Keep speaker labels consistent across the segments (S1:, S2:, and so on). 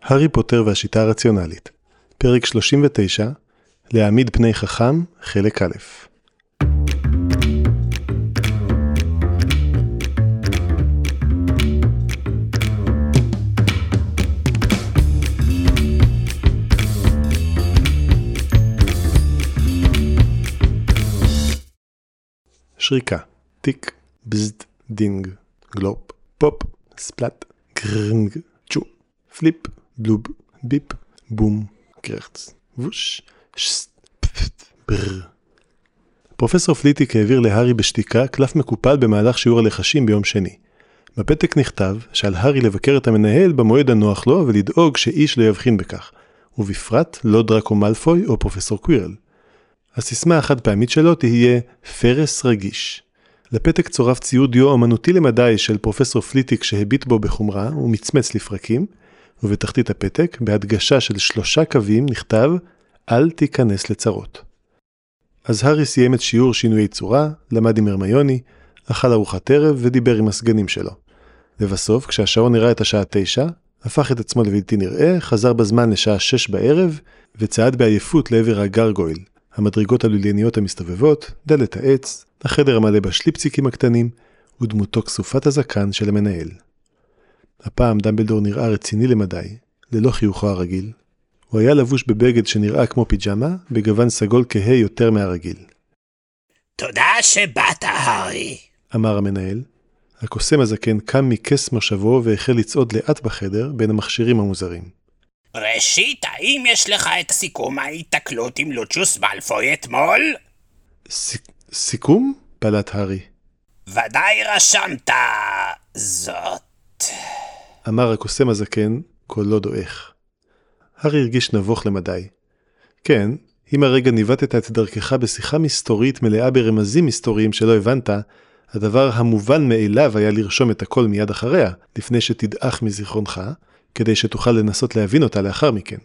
S1: הארי פוטר והשיטה הרציונלית. פרק 39, להעמיד פני חכם, חלק א'. שריקה, טיק, בזד, דינג, גלופ, פופ, ספלט, גרנג, צ'ו, פליפ, בלוב, ביפ, בום, קרחץ, ווש, שסט, פפט, בר. פרופסור פליטיק העביר להארי בשתיקה קלף מקופל במהלך שיעור הלחשים ביום שני. בפתק נכתב שעל הארי לבקר את המנהל במועד הנוח לו ולדאוג שאיש לא יבחין בכך, ובפרט לא דראקו מאלפוי או פרופסור קווירל. הסיסמה החד פעמית שלו תהיה פרס רגיש. לפתק צורף ציור דיו אמנותי למדי של פרופסור פליטיק שהביט בו בחומרה ומצמץ לפרקים, ובתחתית הפתק, בהדגשה של 3 קווים, נכתב אל תיכנס לצרות. אז הארי סיים את שיעור שינויי צורה, למד עם הרמיוני, אכל ארוחת ערב ודיבר עם הסגנים שלו. לבסוף, כשהשעון נראה את השעה 9, הפך את עצמו לבלתי נראה, חזר בזמן לשעה 6 בערב, וצעד בעייפות לעבר הגרגויל. המדרגות הלולייניות המסתובבות, דלת העץ, החדר המלא בשליפציקים הקטנים, ודמותו כסופת הזקן של המנהל. הפעם דמבלדור נראה רציני למדי, ללא חיוכו הרגיל. הוא היה לבוש בבגד שנראה כמו פיג'מה, בגוון סגול כהה יותר מהרגיל.
S2: תודה שבאת, הארי,
S1: אמר המנהל. הקוסם הזקן קם מכס מושבו והחל לצעוד לאט בחדר בין המכשירים המוזרים.
S2: ראשית, האם יש לך את סיכום ההיתקלות עם לוציוס מאלפוי אתמול?
S1: סיכום? פלט הארי.
S2: ודאי רשמת זאת,
S1: אמר הקוסם הזקן, קולו דועך. הארי הרגיש נבוך למדי. כן, אם הרגע ניווטת את דרכך בשיחה מסתורית מלאה ברמזים מסתוריים שלא הבנת, הדבר המובן מאליו היה לרשום את הכל מיד אחריה, לפני שתדעך מזיכרונך, כדי שתוכל לנסות להבין אותה לאחר מכן.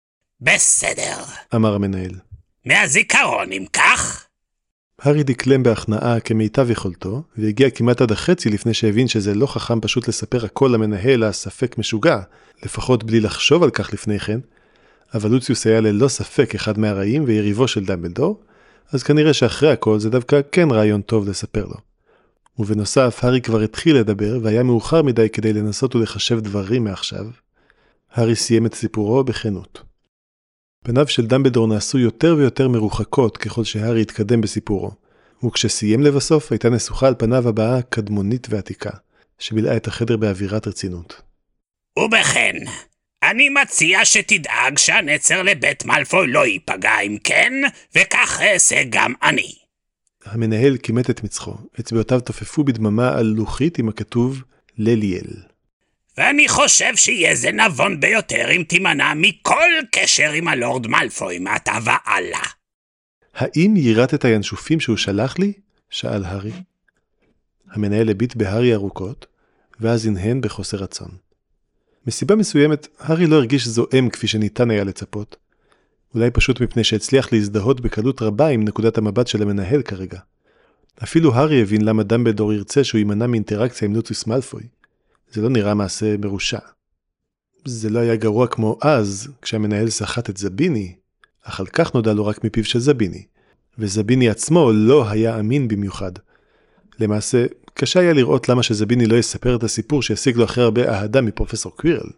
S2: בסדר,
S1: אמר המנהל.
S2: מהזיכרון אם כך?
S1: הארי דקלם בהכנעה כמיטב יכולתו, והגיע כמעט עד החצי לפני שהבין שזה לא חכם פשוט לספר הכל למנהל הספק משוגע, לפחות בלי לחשוב על כך לפני כן, אבל לוציוס היה ללא ספק אחד מהרעים ויריבו של דמבלדור, אז כנראה שאחרי הכל זה דווקא כן רעיון טוב לספר לו. ובנוסף, הארי כבר התחיל לדבר, והיה מאוחר מדי כדי לנסות ולחשב דברים מעכשיו. הארי סיים את סיפורו בכנות. פניו של דמבלדור נעשו יותר ויותר מרוחקות ככל שהארי התקדם בסיפורו, וכשסיים לבסוף הייתה נסוכה על פניו הבאה קדמונית ועתיקה, שבילאה את החדר באווירת רצינות.
S2: ובכן, אני מציע שתדאג שהנצר לבית מאלפוי לא ייפגע אם כן, וכך אעשה גם אני.
S1: המנהל כימת את מצחו, אצבעותיו תופפו בדממה על לוחית עם הכתוב לליאל.
S2: ואני חושב שיהיה זה נבון ביותר אם תימנע מכל קשר עם הלורד מאלפוי מעתה והלאה.
S1: האם ייראת את הינשופים שהוא שלח לי? שאל הארי. המנהל הביט בהארי ארוכות, ואז הנהן בחוסר רצון. מסיבה מסוימת, הארי לא הרגיש זועם כפי שניתן היה לצפות. אולי פשוט מפני שהצליח להזדהות בקלות רבה עם נקודת המבט של המנהל כרגע. אפילו הארי הבין למה דמבלדור ירצה שהוא יימנע מאינטראקציה עם לוציוס מאלפוי. זה לא נראה מעשה מרושע. זה לא היה גרוע כמו אז, כשהמנהל סחט את זביני, אך על כך נודע לו רק מפיו של זביני, וזביני עצמו לא היה אמין במיוחד. למעשה, קשה היה לראות למה שזביני לא יספר את הסיפור שהשיג לו אחרי הרבה אהדה מפרופסור קווירל.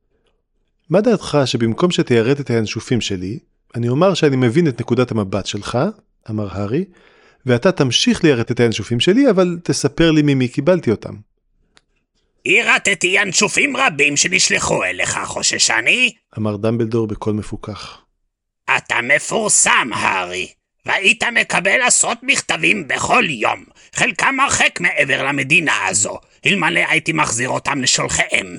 S1: מה דעתך שבמקום שתיירט את הינשופים שלי, אני אומר שאני מבין את נקודת המבט שלך, אמר הארי, ואתה תמשיך ליירט את הינשופים שלי, אבל תספר לי ממי קיבלתי אותם.
S2: יירטתי ינשופים רבים שנשלחו אליך, חוששני,
S1: אמר דמבלדור בקול מפוקח.
S2: אתה מפורסם, הארי, והיית מקבל עשרות מכתבים בכל יום, חלקם הרחק מעבר למדינה הזו, אלמלא הייתי מחזיר אותם לשולחיהם.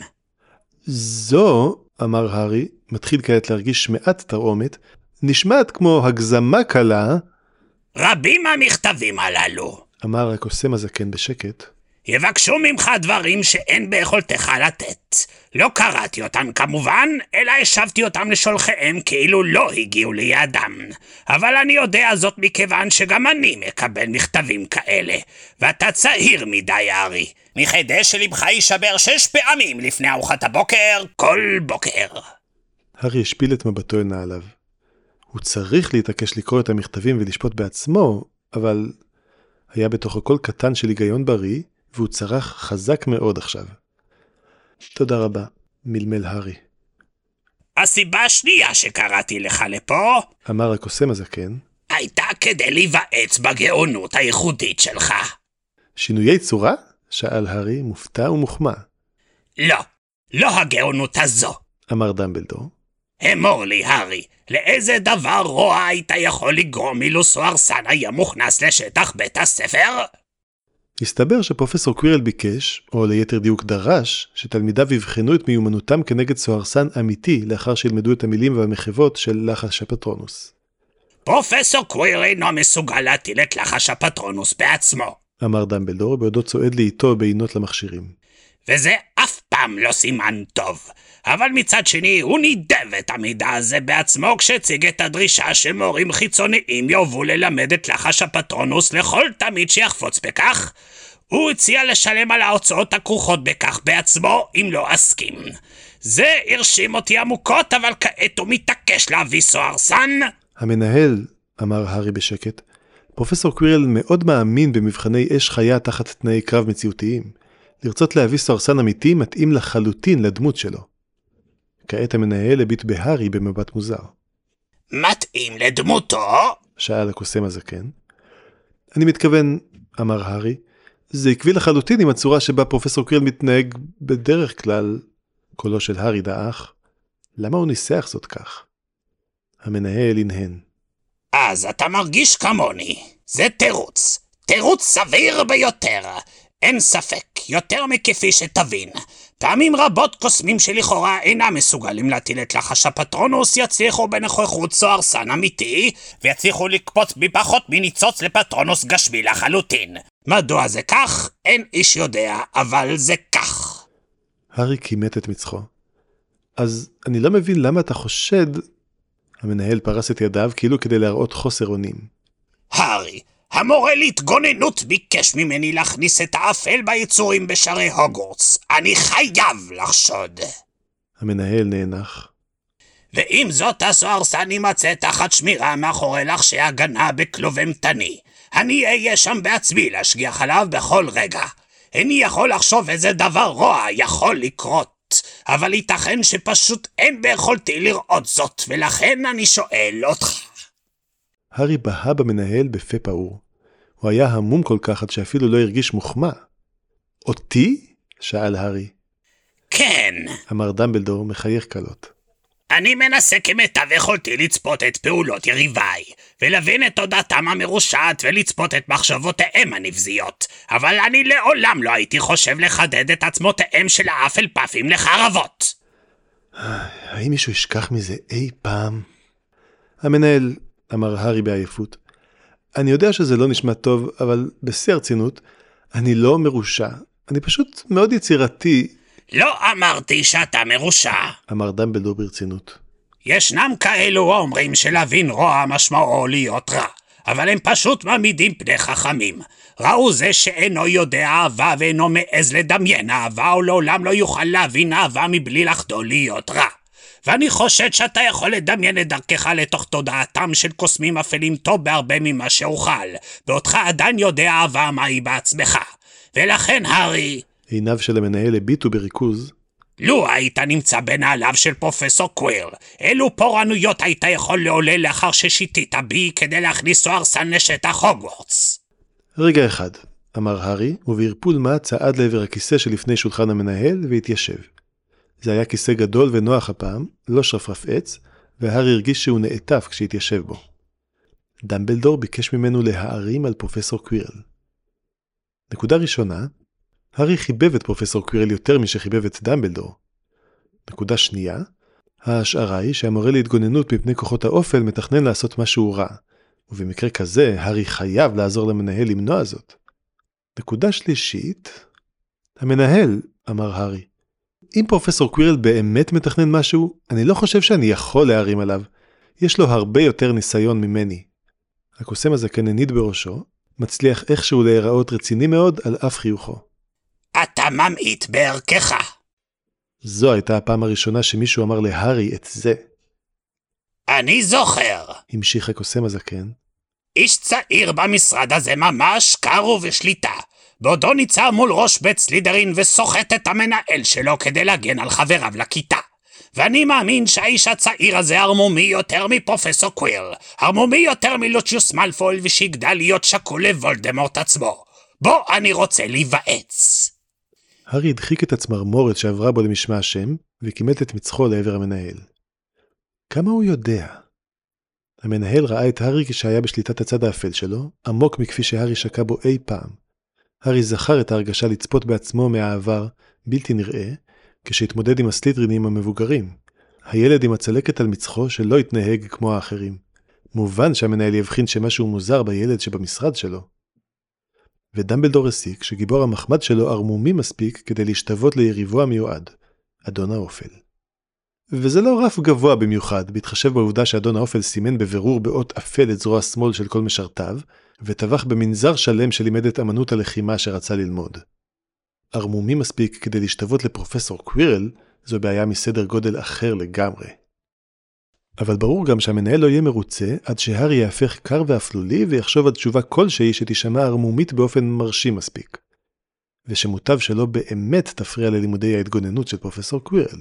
S1: זו, אמר הארי, מתחיל כעת להרגיש מעט תרעומת, נשמעת כמו הגזמה קלה.
S2: רבים מהמכתבים הללו,
S1: אמר הקוסם הזקן בשקט.
S2: יבקשו ממך דברים שאין ביכולתך לתת. לא קראתי אותם כמובן, אלא השבתי אותם לשולחיהם כאילו לא הגיעו לידם. אבל אני יודע זאת מכיוון שגם אני מקבל מכתבים כאלה. ואתה צעיר מדי, הארי. מכדי שלבך יישבר 6 פעמים לפני ארוחת הבוקר, כל בוקר.
S1: הארי השפיל את מבטו אל נעליו. הוא צריך להתעקש לקרוא את המכתבים ולשפוט בעצמו, אבל היה בתוכו קול קטן של היגיון בריא, והוא צרח חזק מאוד עכשיו. תודה רבה, מלמל הארי.
S2: הסיבה השנייה שקראתי לך לפה,
S1: אמר הקוסם הזקן,
S2: הייתה כדי להיוועץ בגאונות הייחודית שלך.
S1: שינויי צורה? שאל הארי מופתע ומוחמא.
S2: לא הגאונות הזו.
S1: אמר דמבלדור.
S2: אמור לי, הארי, לאיזה דבר רוע היית יכול לגרום אילו סוהרסן היה מוכנס לשטח בית הספר?
S1: הסתבר שפרופסור קווירל ביקש, או ליתר דיוק דרש, שתלמידיו יבחנו את מיומנותם כנגד סוהרסן אמיתי, לאחר שילמדו את המילים והמחוות של לחש הפטרונוס.
S2: פרופסור קווירל אינו מסוגל להטיל את לחש הפטרונוס בעצמו,
S1: אמר דמבלדור, בעודו צועד לאיתו בעינות למכשירים.
S2: וזה אף פעם לא סימן טוב. אבל מצד שני הוא נידב את המידע הזה בעצמו כשהציג את הדרישה שמורים חיצוניים יאהבו ללמד את לחש הפטרונוס לכל תמיד שיחפוץ בכך. הוא הציע לשלם על ההוצאות הכרוכות בכך בעצמו אם לא אסכים. זה הרשים אותי עמוקות, אבל כעת הוא מתעקש להביא סוהרסן.
S1: המנהל, אמר הארי בשקט, פרופסור קווירל מאוד מאמין במבחני אש חיה תחת תנאי קרב מציאותיים. לרצות להביא סוהרסן אמיתי מתאים לחלוטין לדמות שלו. כעת המנהל הביט בהארי במבט מוזר.
S2: מתאים לדמותו?
S1: שאל הקוסם הזקן. אני מתכוון, אמר הארי, זה עקבי לחלוטין עם הצורה שבה פרופסור קווירל מתנהג בדרך כלל. קולו של הארי דאח. למה הוא ניסח זאת כך? המנהל הנהן.
S2: אז אתה מרגיש כמוני. זה תירוץ. תירוץ סביר ביותר. אין ספק, יותר מכפי שתבין. פעמים רבות קוסמים שלכאורה אינם מסוגלים להטיל את לחש הפטרונוס יצליחו בנוכחות סוהרסן אמיתי, ויצליחו לקפוץ בפחות מניצוץ לפטרונוס גשמי לחלוטין. מדוע זה כך? אין איש יודע, אבל זה כך.
S1: הארי כימת את מצחו. אז אני לא מבין למה אתה חושד... המנהל פרס את ידיו כאילו כדי להראות חוסר אונים.
S2: הארי, המורה להתגוננות ביקש ממני להכניס את האפל ביצורים בשערי הוגוורטס. אני חייב לחשוד.
S1: המנהל נאנח.
S2: ואם זאת הסוהרסן יימצא תחת שמירה מאחורי לחשי הגנה בכלוב אימתני, אני אהיה שם בעצמי להשגיח עליו בכל רגע. איני יכול לחשוב איזה דבר רוע יכול לקרות, אבל ייתכן שפשוט אין ביכולתי לראות זאת, ולכן אני שואל אותך.
S1: הארי בהה במנהל בפה פעור. הוא היה המום כל כך עד שאפילו לא הרגיש מוחמא. אותי? שאל הארי.
S2: כן.
S1: אמר דמבלדור מחייך קלות.
S2: אני מנסה כמיטב יכולתי לצפות את פעולות יריביי, ולהבין את תודעתם המרושעת ולצפות את מחשבותיהם הנבזיות, אבל אני לעולם לא הייתי חושב לחדד את עצמותיהם של האפל-פאפים לחרבות.
S1: האם מישהו ישכח מזה אי פעם? המנהל, אמר הארי בעייפות, אני יודע שזה לא נשמע טוב, אבל בשיא הרצינות, אני לא מרושע. אני פשוט מאוד יצירתי.
S2: לא אמרתי שאתה מרושע,
S1: אמר דמבלדור ברצינות.
S2: ישנם כאלו אומרים שלהבין רוע משמעו להיות רע, אבל הם פשוט מעמידים פני חכמים. ראו זה שאינו יודע אהבה ואינו מעז לדמיין אהבה, או לעולם לא יוכל להבין אהבה מבלי לחדול להיות רע. ואני חושד שאתה יכול לדמיין את דרכך לתוך תודעתם של קוסמים אפלים טוב בהרבה ממה שאוכל, בעודך עדיין יודע אהבה מהי בעצמך. ולכן הארי...
S1: עיניו של המנהל הביטו בריכוז.
S2: לו היית נמצא בנעליו של פרופסור קווירל, אילו פורענויות היית יכול לעולל לאחר ששיתית בי כדי להכניס סוהרסן לשטח הוגוורטס?
S1: רגע אחד, אמר הארי, ובערפול מה צעד לעבר הכיסא שלפני שולחן המנהל והתיישב. זה היה כיסא גדול ונוח הפעם, לא שרפרף עץ, והארי הרגיש שהוא נעטף כשהתיישב בו. דמבלדור ביקש ממנו להערים על פרופסור קווירל. נקודה ראשונה, הארי חיבב את פרופסור קווירל יותר משחיבב את דמבלדור. נקודה שנייה, ההשערה היא שהמורה להתגוננות מפני כוחות האופל מתכנן לעשות משהו רע, ובמקרה כזה הארי חייב לעזור למנהל למנוע זאת. נקודה שלישית, המנהל, אמר הארי, אם פרופסור קווירל באמת מתכנן משהו, אני לא חושב שאני יכול להרים עליו. יש לו הרבה יותר ניסיון ממני. הקוסם הזקן הניד בראשו, מצליח איכשהו להיראות רציני מאוד על אף חיוכו.
S2: אתה ממעיט בערכך.
S1: זו הייתה הפעם הראשונה שמישהו אמר להארי את זה.
S2: אני זוכר.
S1: המשיך הקוסם הזקן.
S2: איש צעיר במשרד הזה ממש קר ובשליטה. בעודו ניצב מול ראש בית סלידרין וסוחט את המנהל שלו כדי להגן על חבריו לכיתה. ואני מאמין שהאיש הצעיר הזה הרמומי יותר מפרופסור קווירל, הרמומי יותר מלוציוס מאלפוי ושיגדל להיות שקול לוולדמורט עצמו. בוא, אני רוצה להיוועץ.
S1: הארי הדחיק את הצמרמורת שעברה בו למשמע השם, וכימת את מצחו לעבר המנהל. כמה הוא יודע? המנהל ראה את הארי כשהיה בשליטת הצד האפל שלו, עמוק מכפי שהארי שקע בו אי פעם. הארי זכר את ההרגשה לצפות בעצמו מהעבר, בלתי נראה, כשהתמודד עם הסלידרינים המבוגרים. הילד עם הצלקת על מצחו שלא התנהג כמו האחרים. מובן שהמנהל יבחין שמשהו מוזר בילד שבמשרד שלו. ודמבלדור הסיק שגיבור המחמד שלו ערמומי מספיק כדי להשתוות ליריבו המיועד, אדון האופל. וזה לא רף גבוה במיוחד, בהתחשב בעובדה שאדון האופל סימן בבירור באות אפל את זרוע שמאל של כל משרתיו, וטבח במנזר שלם שלימד את אמנות הלחימה שרצה ללמוד. ערמומי מספיק כדי להשתוות לפרופסור קווירל, זו בעיה מסדר גודל אחר לגמרי. אבל ברור גם שהמנהל לא יהיה מרוצה עד שהארי יהפך קר ואפלולי ויחשוב על תשובה כלשהי שתשמע ערמומית באופן מרשים מספיק. ושמוטב שלא באמת תפריע ללימודי ההתגוננות של פרופסור קווירל.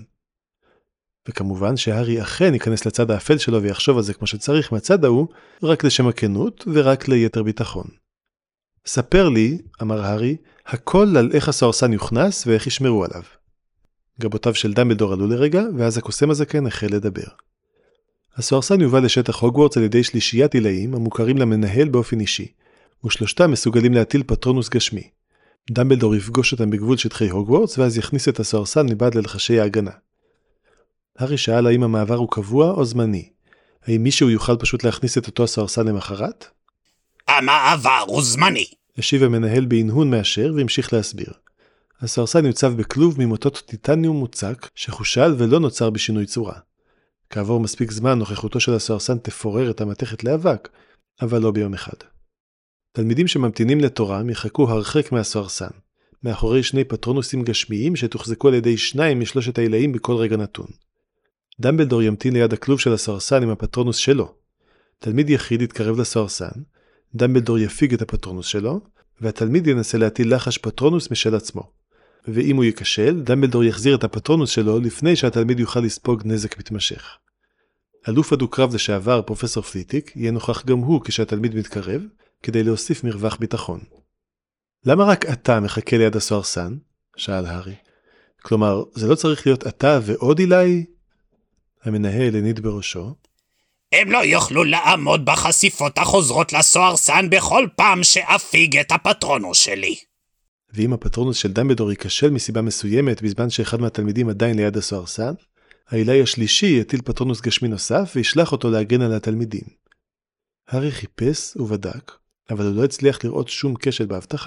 S1: וכמובן שהארי אכן ייכנס לצד האפל שלו ויחשוב על זה כמו שצריך מהצד ההוא, רק לשם הכנות ורק ליתר ביטחון. ספר לי, אמר הארי, הכל על איך הסוהרסן יוכנס ואיך ישמרו עליו. גבותיו של דמבלדור עלו לרגע, ואז הקוסם הזקן החל לדבר. הסוהרסן יובא לשטח הוגוורטס על ידי שלישיית עילאים המוכרים למנהל באופן אישי, ושלושתם מסוגלים להטיל פטרונוס גשמי. דמבלדור יפגוש אותם בגבול שטחי הוגוורטס, ואז יכניס את הסוהרסן מבעד ללחשי ההגנה. הארי שאל האם המעבר הוא קבוע או זמני. האם מישהו יוכל פשוט להכניס את אותו הסוהרסן למחרת?
S2: המעבר הוא זמני.
S1: השיב המנהל בהנהון מאשר והמשיך להסביר. הסוהרסן יוצב בכלוב ממוטות טיטניום מוצק שחושל ולא נוצר בשינוי צורה. כעבור מספיק זמן נוכחותו של הסוהרסן תפורר את המתכת לאבק, אבל לא ביום אחד. תלמידים שממתינים לתורם יחכו הרחק מהסוהרסן, מאחורי שני פטרונוסים גשמיים שתוחזקו על ידי 2 משלושת העילאים בכל רגע נתון. דמבלדור ימתין ליד הכלוב של הסוהרסן עם הפטרונוס שלו. תלמיד יחיד יתקרב לסוהרסן, דמבלדור יפיג את הפטרונוס שלו, והתלמיד ינסה להטיל לחש פטרונוס משל עצמו. ואם הוא ייכשל, דמבלדור יחזיר את הפטרונוס שלו לפני שהתלמיד יוכל לספוג נזק מתמשך. אלוף הדו-קרב לשעבר, פרופסור פליטיק, יהיה נוכח גם הוא כשהתלמיד מתקרב, כדי להוסיף מרווח ביטחון. למה רק אתה מחכה ליד הסוהרסן? שאל הארי. כלומר, זה לא צריך להיות אתה ועוד עילאי? המנהל הניד בראשו.
S2: הם לא יוכלו לעמוד בחשיפות החוזרות לסוהרסן בכל פעם שאפיג את הפטרונוס שלי.
S1: ואם הפטרונוס של דמבלדור ייכשל מסיבה מסוימת בזמן שאחד מהתלמידים עדיין ליד הסוהרסן, העילאי השלישי יטיל פטרונוס גשמי נוסף וישלח אותו להגן על התלמידים. הארי חיפש ובדק, אבל הוא לא הצליח לראות שום כשל בהבטחה.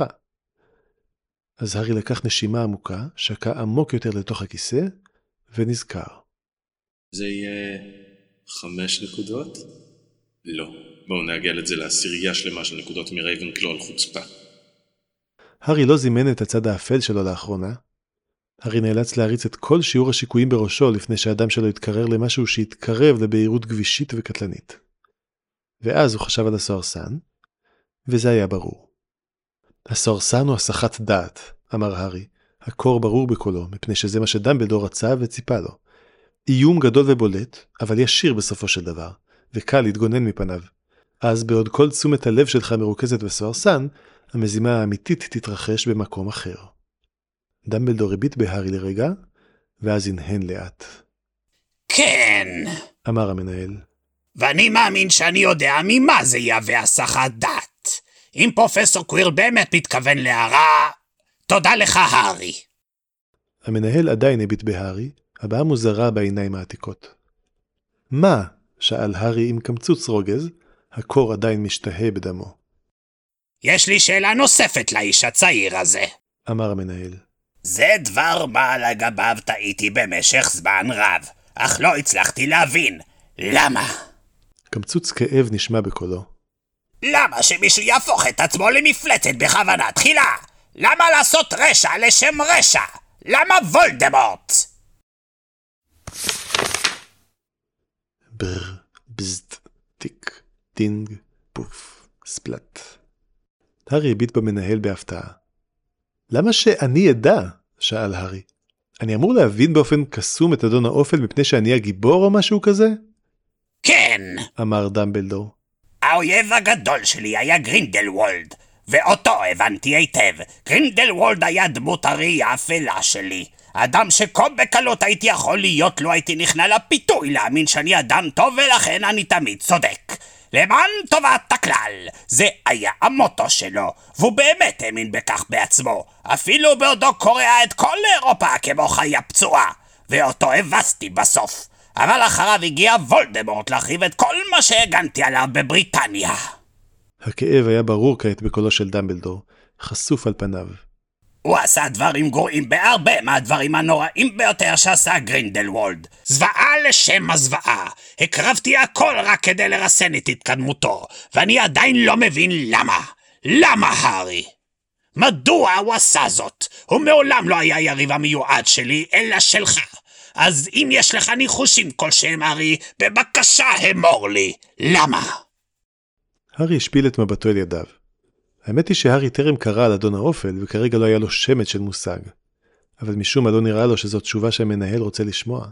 S1: אז הארי לקח נשימה עמוקה, שקע עמוק יותר לתוך הכיסא, ונזכר.
S3: זה יהיה 5 נקודות? לא. בואו נעגל את זה לעשירייה שלמה של נקודות מרייבנקלו על חוצפה.
S1: הארי לא זימן את הצד האפל שלו לאחרונה. הארי נאלץ להריץ את כל שיעור השיקויים בראשו לפני שהאדם שלו יתקרר למשהו שיתקרב לבהירות גבישית וקטלנית. ואז הוא חשב על הסוהרסן, וזה היה ברור. הסוהרסן הוא הסחת דעת, אמר הארי, הקור ברור בקולו, מפני שזה מה שדמבלדור רצה וציפה לו. איום גדול ובולט, אבל ישיר בסופו של דבר, וקל להתגונן מפניו. אז בעוד כל תשומת הלב שלך מרוכזת בסוהרסן, המזימה האמיתית תתרחש במקום אחר. דמבלדור הביט בהארי לרגע, ואז הנהן לאט.
S2: כן,
S1: אמר המנהל.
S2: ואני מאמין שאני יודע ממה זה יהווה הסחת דעת. אם פרופסור קווירל באמת מתכוון להרע, תודה לך הארי.
S1: המנהל עדיין הביט בהארי, הבעה מוזרה בעיניים העתיקות. מה? שאל הארי עם קמצוץ רוגז, הקור עדיין משתהה בדמו.
S2: יש לי שאלה נוספת לאיש הצעיר הזה.
S1: אמר המנהל.
S2: זה דבר מה לגביו טעיתי במשך זמן רב, אך לא הצלחתי להבין. למה?
S1: קמצוץ כאב נשמע בקולו.
S2: למה שמישהו יהפוך את עצמו למפלצת בכוונה תחילה? למה לעשות רשע לשם רשע? למה וולדמורט?
S1: בר, בזט, טיק, דינג, פוף, ספלט. הארי הביט במנהל בהפתעה. למה שאני אדע? שאל הארי. אני אמור להבין באופן קסום את אדון האופל מפני שאני הגיבור או משהו כזה?
S2: כן!
S1: אמר דמבלדור.
S2: האויב הגדול שלי היה גרינדלוולד, ואותו הבנתי היטב. גרינדלוולד היה דמות הראייה האפלה שלי. אדם שכה בקלות הייתי יכול להיות לו הייתי נכנע לפיתוי להאמין שאני אדם טוב ולכן אני תמיד צודק. למען טובת הכלל, זה היה המוטו שלו, והוא באמת האמין בכך בעצמו, אפילו בעודו קורע את כל אירופה כמו חיה פצועה, ואותו הבסתי בסוף. אבל אחריו הגיע וולדמורט להחריב את כל מה שהגנתי עליו בבריטניה.
S1: הכאב היה ברור כעת בקולו של דמבלדור, חשוף על פניו.
S2: הוא עשה דברים גרועים בהרבה מהדברים הנוראים ביותר שעשה גרינדלוולד. זוועה לשם הזוועה. הקרבתי הכל רק כדי לרסן את התקדמותו, ואני עדיין לא מבין למה. למה, הארי? מדוע הוא עשה זאת? הוא מעולם לא היה יריב המיועד שלי, אלא שלך. אז אם יש לך ניחושים כלשהם, הארי, בבקשה אמור לי. למה?
S1: הארי השפיל את מבטו אל ידיו. האמת היא שהארי טרם קרא על אדון האופל, וכרגע לא היה לו שמץ של מושג. אבל משום מה לא נראה לו שזו תשובה שהמנהל רוצה לשמוע.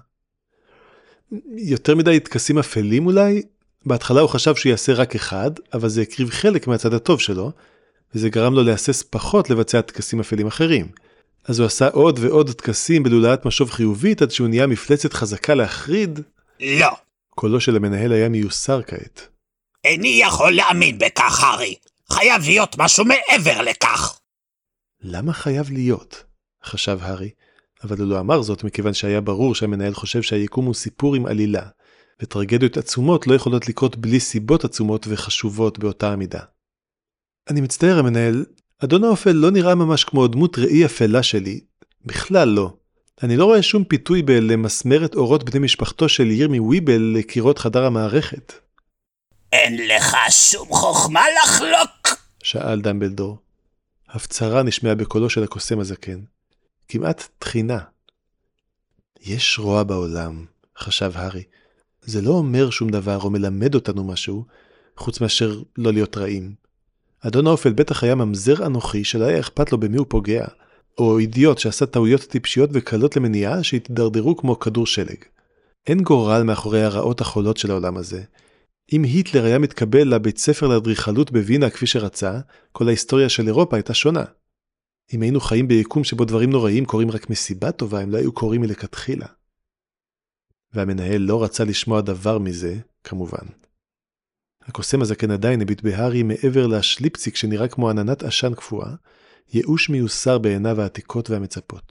S1: יותר מדי טקסים אפלים אולי? בהתחלה הוא חשב שיעשה רק אחד, אבל זה הקריב חלק מהצד הטוב שלו, וזה גרם לו להסס פחות לבצע טקסים אפלים אחרים. אז הוא עשה עוד ועוד טקסים בלולאת משוב חיובית, עד שהוא נהיה מפלצת חזקה להחריד.
S2: לא.
S1: קולו של המנהל היה מיוסר כעת.
S2: איני יכול להאמין בכך, הארי. חייב להיות משהו מעבר לכך.
S1: למה חייב להיות? חשב הארי, אבל הוא לא אמר זאת מכיוון שהיה ברור שהמנהל חושב שהיקום הוא סיפור עם עלילה, וטרגדיות עצומות לא יכולות לקרות בלי סיבות עצומות וחשובות באותה המידה. אני מצטער המנהל, אדון האופל לא נראה ממש כמו דמות ראי אפלה שלי, בכלל לא. אני לא רואה שום פיתוי בלמסמר את אורות בני משפחתו של ירמי וויבל לקירות חדר המערכת.
S2: אין לך שום חוכמה לחלוק? שאל
S1: דמבלדור. הפצרה נשמעה בקולו של הקוסם הזקן. כמעט תחינה. יש רוע בעולם, חשב הארי. זה לא אומר שום דבר או מלמד אותנו משהו, חוץ מאשר לא להיות רעים. אדון האופל בטח היה ממזר אנוכי שלא היה אכפת לו במי הוא פוגע, או אידיוט שעשה טעויות טיפשיות וקלות למניעה שהתדרדרו כמו כדור שלג. אין גורל מאחורי הרעות החולות של העולם הזה. אם היטלר היה מתקבל לבית ספר לאדריכלות בווינה כפי שרצה, כל ההיסטוריה של אירופה הייתה שונה. אם היינו חיים ביקום שבו דברים נוראים קוראים רק מסיבה טובה, הם לא היו קוראים מלכתחילה. והמנהל לא רצה לשמוע דבר מזה, כמובן. הקוסם הזקן עדיין הביט בהארי מעבר לשליפציק שנראה כמו עננת עשן קפואה, ייאוש מיוסר בעיניו העתיקות והמצפות.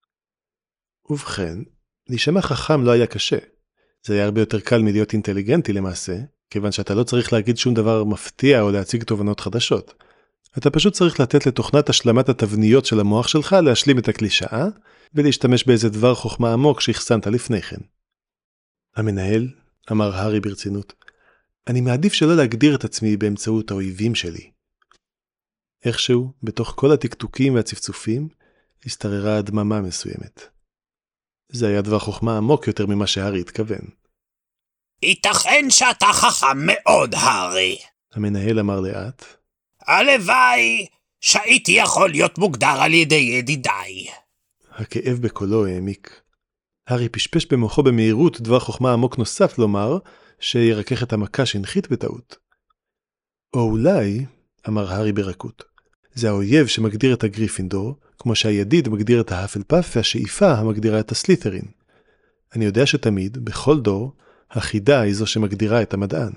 S1: ובכן, להישמע חכם לא היה קשה. זה היה הרבה יותר קל מלהיות אינטליגנטי למעשה, כיוון שאתה לא צריך להגיד שום דבר מפתיע או להציג תובנות חדשות. אתה פשוט צריך לתת לתוכנת השלמת התבניות של המוח שלך להשלים את הקלישאה, ולהשתמש באיזה דבר חוכמה עמוק שהחסנת לפני כן. המנהל, אמר הארי ברצינות, אני מעדיף שלא להגדיר את עצמי באמצעות האויבים שלי. איכשהו, בתוך כל התקתוקים והצפצופים, הסתררה הדממה מסוימת. זה היה דבר חוכמה עמוק יותר ממה שהארי התכוון.
S2: ייתכן שאתה חכם מאוד, הארי.
S1: המנהל אמר לאט.
S2: הלוואי שהייתי יכול להיות מוגדר על ידי ידידיי.
S1: הכאב בקולו העמיק. הארי פשפש במוחו במהירות דבר חוכמה עמוק נוסף לומר, שירקח את המכה שהנחית בטעות. או אולי, אמר הארי ברכות, זה האויב שמגדיר את הגריפינדור, כמו שהידיד מגדיר את ההפלפף והשאיפה המגדירה את הסלית'רין. אני יודע שתמיד, בכל דור, החידה היא זו שמגדירה את המדען.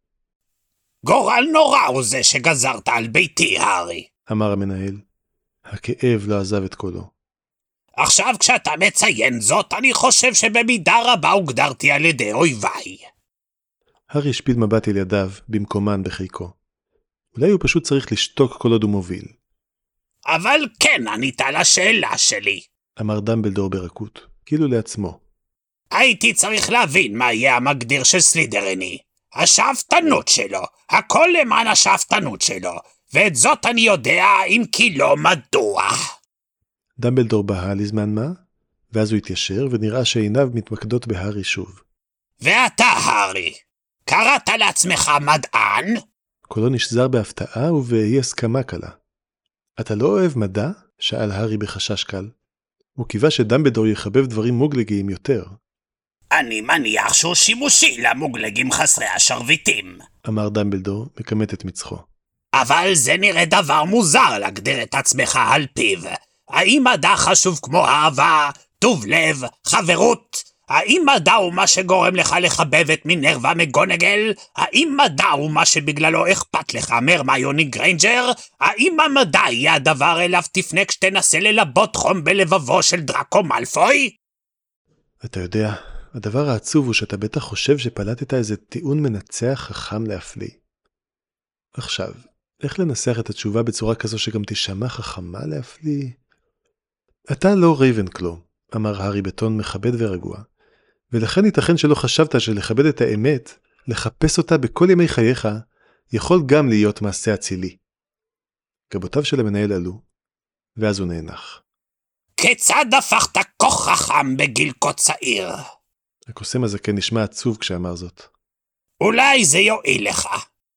S2: גורל נורא הוא זה שגזרת על ביתי, הארי,
S1: אמר המנהל. הכאב לא עזב את קולו.
S2: עכשיו כשאתה מציין זאת, אני חושב שבמידה רבה הוגדרתי על ידי אויביי.
S1: הארי השפיל מבט אל ידיו במקומן בחיקו. אולי הוא פשוט צריך לשתוק כל עוד הוא מוביל.
S2: אבל כן ענית לשאלה שלי,
S1: אמר דמבלדור ברכות, כאילו לעצמו.
S2: הייתי צריך להבין מה יהיה המגדיר של סלידריני. השאפתנות שלו, הכל למען השאפתנות שלו, ואת זאת אני יודע אם כי לא מדוע.
S1: דמבלדור בהה לזמן מה, ואז הוא התיישר ונראה שעיניו מתמקדות בהארי שוב.
S2: ואתה, הארי, קראת לעצמך מדען?
S1: קולו נשזר בהפתעה ובאי הסכמה קלה. אתה לא אוהב מדע? שאל הארי בחשש קל. הוא קיווה שדמבלדור יחבב דברים מוגלגיים יותר.
S2: אני מניח שהוא שימושי למוגלגים חסרי השרביטים,
S1: אמר דמבלדור, מקמת את מצחו.
S2: אבל זה נראה דבר מוזר להגדיר את עצמך על פיו. האם מדע חשוב כמו אהבה, טוב לב, חברות? האם מדע הוא מה שגורם לך לחבב את מינרווה מגונגל? האם מדע הוא מה שבגללו אכפת לך מהרמיוני גריינג'ר? האם המדע יהיה הדבר אליו תפנה כשתנסה ללבות חום בלבבו של דראקו מאלפוי?
S1: אתה יודע, הדבר העצוב הוא שאתה בטח חושב שפלטת איזה טיעון מנצח חכם להפליא. עכשיו, איך לנסח את התשובה בצורה כזו שגם תשמע חכמה להפליא? אתה לא רייבנקלו, אמר הארי בטון מכבד ורגוע, ולכן ייתכן שלא חשבת שלכבד את האמת, לחפש אותה בכל ימי חייך, יכול גם להיות מעשה אצילי. גבותיו של המנהל עלו, ואז הוא נאנח.
S2: כיצד הפכת כה חכם בגיל כה צעיר?
S1: הקוסם הזקן נשמע עצוב כשאמר זאת.
S2: אולי זה יועיל לך.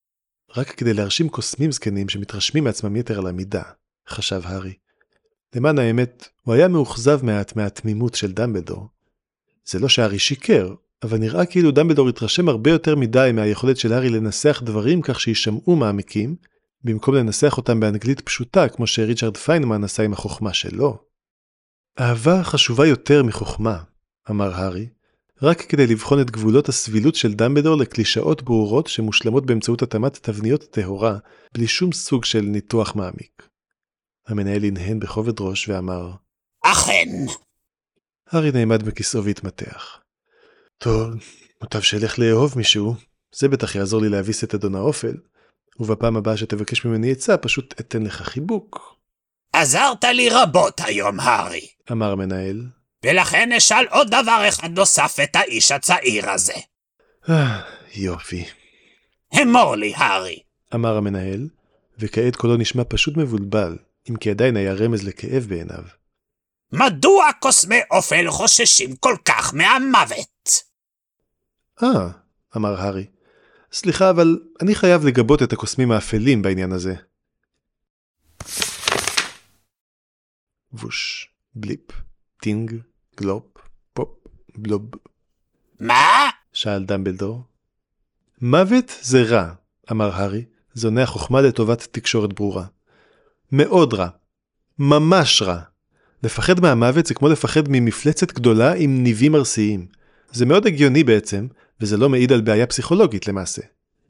S1: רק כדי להרשים קוסמים זקנים שמתרשמים מעצמם יתר על המידה, חשב הארי. למען האמת, הוא היה מאוכזב מעט מהתמימות של דמבלדור. זה לא שהארי שיקר, אבל נראה כאילו דמבלדור התרשם הרבה יותר מדי מהיכולת של הארי לנסח דברים כך שישמעו מעמיקים, במקום לנסח אותם באנגלית פשוטה כמו שריצ'רד פיינמן עשה עם החוכמה שלו. אהבה חשובה יותר מחוכמה, אמר הארי, רק כדי לבחון את גבולות הסבילות של דמבלדור לקלישאות ברורות שמושלמות באמצעות התאמת תבניות טהורה, בלי שום סוג של ניתוח מעמיק. המנהל הנהן בכובד ראש ואמר,
S2: אכן.
S1: הארי נעמד בכיסאו והתמתח. טוב, מוטב שילך לאהוב מישהו, זה בטח יעזור לי להביס את אדון האופל, ובפעם הבאה שתבקש ממני עצה פשוט אתן לך חיבוק.
S2: עזרת לי רבות היום, הארי,
S1: אמר המנהל.
S2: ולכן אשאל עוד דבר אחד נוסף את האיש הצעיר הזה.
S1: יופי.
S2: אמור לי, הארי.
S1: אמר המנהל, וכעת קולו נשמע פשוט מבולבל, אם כי עדיין היה רמז לכאב בעיניו.
S2: מדוע קוסמי אופל חוששים כל כך מהמוות?
S1: אמר הארי. סליחה, אבל אני חייב לגבות את הקוסמים האפלים בעניין הזה. ווש, בליפ, טינג, גלופ, פופ, בלוב.
S2: מה?
S1: שאל דמבלדור. מוות זה רע, אמר הארי, זונה החוכמה לטובת תקשורת ברורה. מאוד רע. ממש רע. לפחד מהמוות זה כמו לפחד ממפלצת גדולה עם ניבים ארסיים. זה מאוד הגיוני בעצם, וזה לא מעיד על בעיה פסיכולוגית למעשה.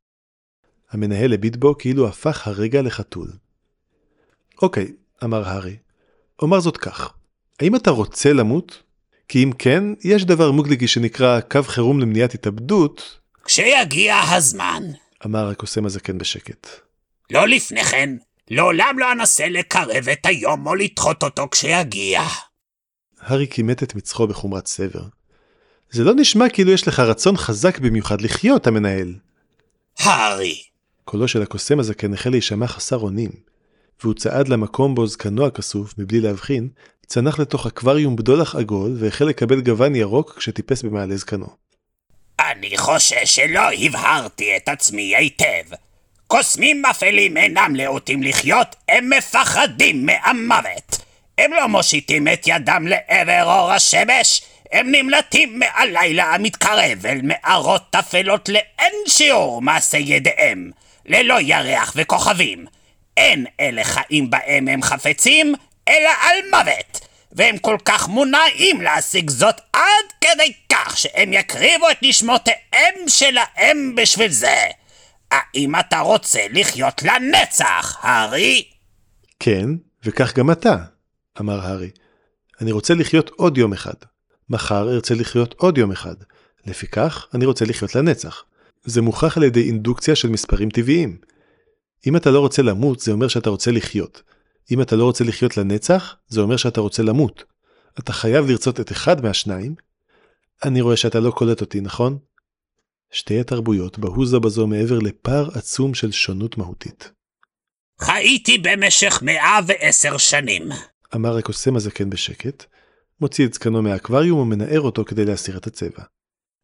S1: המנהל הביט בו כאילו הפך הרגע לחתול. אוקיי, אמר הארי. אומר זאת כך. האם אתה רוצה למות? כי אם כן, יש דבר מוגלגי שנקרא קו חירום למניעת התאבדות.
S2: כשיגיע הזמן.
S1: אמר הקוסם הזקן בשקט.
S2: לא לפני כן. לעולם לא אנסה לקרב את היום או לדחות אותו כשיגיע.
S1: הארי כימת את מצחו בחומרת סבר. זה לא נשמע כאילו יש לך רצון חזק במיוחד לחיות, המנהל.
S2: הארי.
S1: קולו של הקוסם הזקן החל להישמע חסר אונים, והוא צעד למקום בו זקנו הכסוף, מבלי להבחין, צנח לתוך אקווריום בדולח עגול והחל לקבל גוון ירוק כשטיפס במעלה זקנו.
S2: אני חושש שלא הבהרתי את עצמי היטב. קוסמים אפלים אינם להוטים לחיות, הם מפחדים מהמוות. הם לא מושיטים את ידם לעבר אור השמש, הם נמלטים מהלילה המתקרב אל מערות אפלות לאין שיעור מעשה ידיהם, ללא ירח וכוכבים. אין אלה חיים בהם הם חפצים, אלא על מוות, והם כל כך מונעים להשיג זאת עד כדי כך שהם יקריבו את נשמותיהם שלהם בשביל זה. האם אתה רוצה לחיות לנצח, הארי?
S1: כן, וכך גם אתה, אמר הארי. אני רוצה לחיות עוד יום אחד. מחר ארצה לחיות עוד יום אחד. לפיכך, אני רוצה לחיות לנצח. זה מוכח על ידי אינדוקציה של מספרים טבעיים. אם אתה לא רוצה למות, זה אומר שאתה רוצה לחיות. אם אתה לא רוצה לחיות לנצח, זה אומר שאתה רוצה למות. אתה חייב לרצות את אחד מהשניים. אני רואה שאתה לא קולט אותי, נכון? שתי התרבויות בהו זו בזו מעבר לפער עצום של שונות מהותית.
S2: חייתי במשך 110 שנים.
S1: אמר הקוסם הזקן בשקט, מוציא את זקנו מהאקווריום ומנער אותו כדי להסיר את הצבע.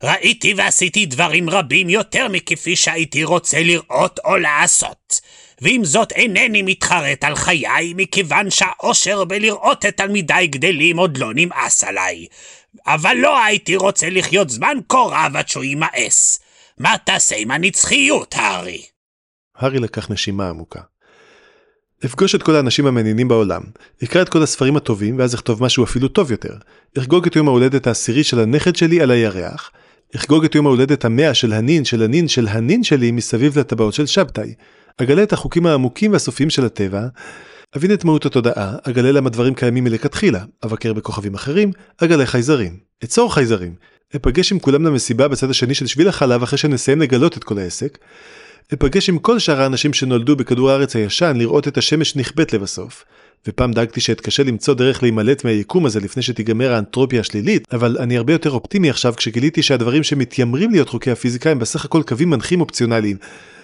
S2: ראיתי ועשיתי דברים רבים יותר מכפי שהייתי רוצה לראות או לעשות. ועם זאת אינני מתחרט על חיי, מכיוון שהאושר בלראות את תלמידיי גדלים עוד לא נמאס עליי. אבל לא הייתי רוצה לחיות זמן כה רב עד שהוא יימאס. מה תעשה עם הנצחיות, הארי?
S1: הארי לקח נשימה עמוקה. אפגוש את כל האנשים המעניינים בעולם, אקרא את כל הספרים הטובים, ואז אכתוב משהו אפילו טוב יותר. אחגוג את יום ההולדת העשירי של הנכד שלי על הירח. אחגוג את יום ההולדת 100 של הנין של הנין של הנין שלי מסביב לטבעות של שבתאי. אגלה את החוקים העמוקים והסופיים של הטבע. אבין את מהות התודעה, אגלה למה דברים קיימים מלכתחילה. אבקר בכוכבים אחרים, אגלה חייזרים. אצור חייזרים. אפגש עם כולם למסיבה בצד השני של שביל החלב אחרי שנסיים לגלות את כל העסק. אפגש עם כל שאר האנשים שנולדו בכדור הארץ הישן לראות את השמש נכבט לבסוף. ופעם דאגתי שאתקשה למצוא דרך להימלט מהיקום הזה לפני שתיגמר האנטרופיה השלילית, אבל אני הרבה יותר אופטימי עכשיו כשגיליתי שהדברים שמתיימרים להיות חוקי הפיזיקה הם בסך הכל קווים מנחים אופציונליים.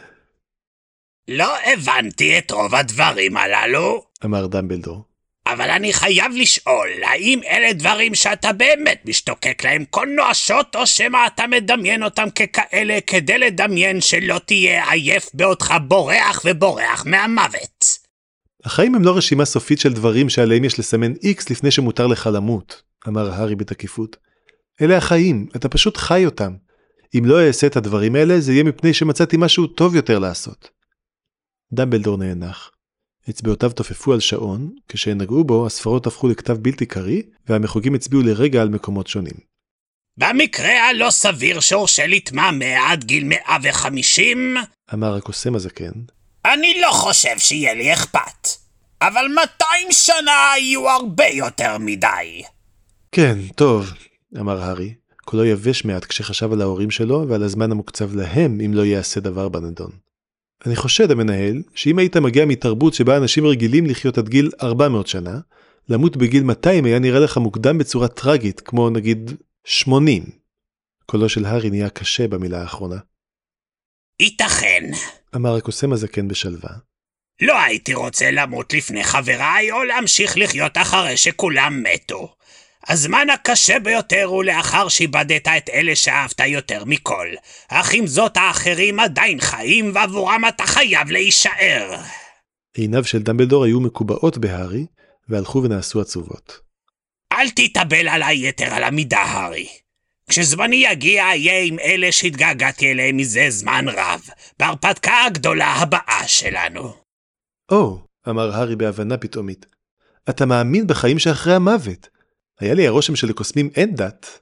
S2: לא הבנתי את רוב הדברים הללו,
S1: אמר דמבלדור.
S2: אבל אני חייב לשאול, האם אלה דברים שאתה באמת משתוקק להם כל נואשות, או שמה אתה מדמיין אותם ככאלה כדי לדמיין שלא תהיה עייף בעודך בורח ובורח מהמוות?
S1: החיים הם לא רשימה סופית של דברים שעליהם יש לסמן X לפני שמותר לך למות, אמר הארי בתקיפות. אלה החיים, אתה פשוט חי אותם. אם לא אעשה את הדברים האלה, זה יהיה מפני שמצאתי משהו טוב יותר לעשות. דמבלדור נאנח. אצבעותיו תופפו על שעון, כשנגעו בו הספרות הפכו לכתב בלתי קרי, והמחוגים הצביעו לרגע על מקומות שונים.
S2: במקרה הלא סביר שהורשה להתמהמה עד גיל 150,
S1: אמר הקוסם הזקן,
S2: אני לא חושב שיהיה לי אכפת. אבל 200 שנה יהיו הרבה יותר מדי.
S1: כן, טוב, אמר הארי, קולו יבש מעט כשחשב על ההורים שלו ועל הזמן המוקצב להם אם לא יעשה דבר בנדון. אני חושד, המנהל, שאם היית מגיע מתרבות שבה אנשים רגילים לחיות עד גיל 400 שנה, למות בגיל 200 היה נראה לך מוקדם בצורה טרגית, כמו נגיד 80. קולו של הארי נהיה קשה במילה האחרונה.
S2: ייתכן,
S1: אמר הקוסם הזקן בשלווה.
S2: לא הייתי רוצה למות לפני חבריי, או להמשיך לחיות אחרי שכולם מתו. הזמן הקשה ביותר הוא לאחר שאיבדת את אלה שאהבת יותר מכל. אך עם זאת האחרים עדיין חיים, ועבורם אתה חייב להישאר.
S1: עיניו של דמבלדור היו מקובעות בהארי, והלכו ונעשו עצובות.
S2: אל תתאבל עליי יתר על המידה, הארי. כשזמני יגיע אהיה עם אלה שהתגעגעתי אליהם מזה זמן רב, בהרפתקה הגדולה הבאה שלנו.
S1: אמר הארי בהבנה פתאומית. אתה מאמין בחיים שאחרי המוות. היה לי הרושם שלקוסמים אין דת.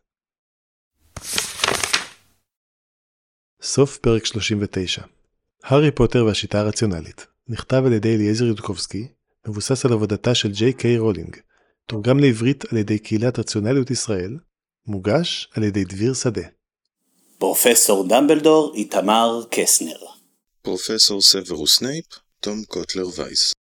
S1: סוף פרק 39. הארי פוטר והשיטה הרציונלית. נכתב על ידי אליעזר יודקובסקי, מבוסס על עבודתה של ג'יי רולינג. תורגם לעברית על ידי קהילת רציונליות ישראל. מוגש על ידי דביר שדה.
S4: פרופסור דמבלדור איתמר קסנר.
S3: פרופסור סוורוס סנייפ, תום קוטלר וייס.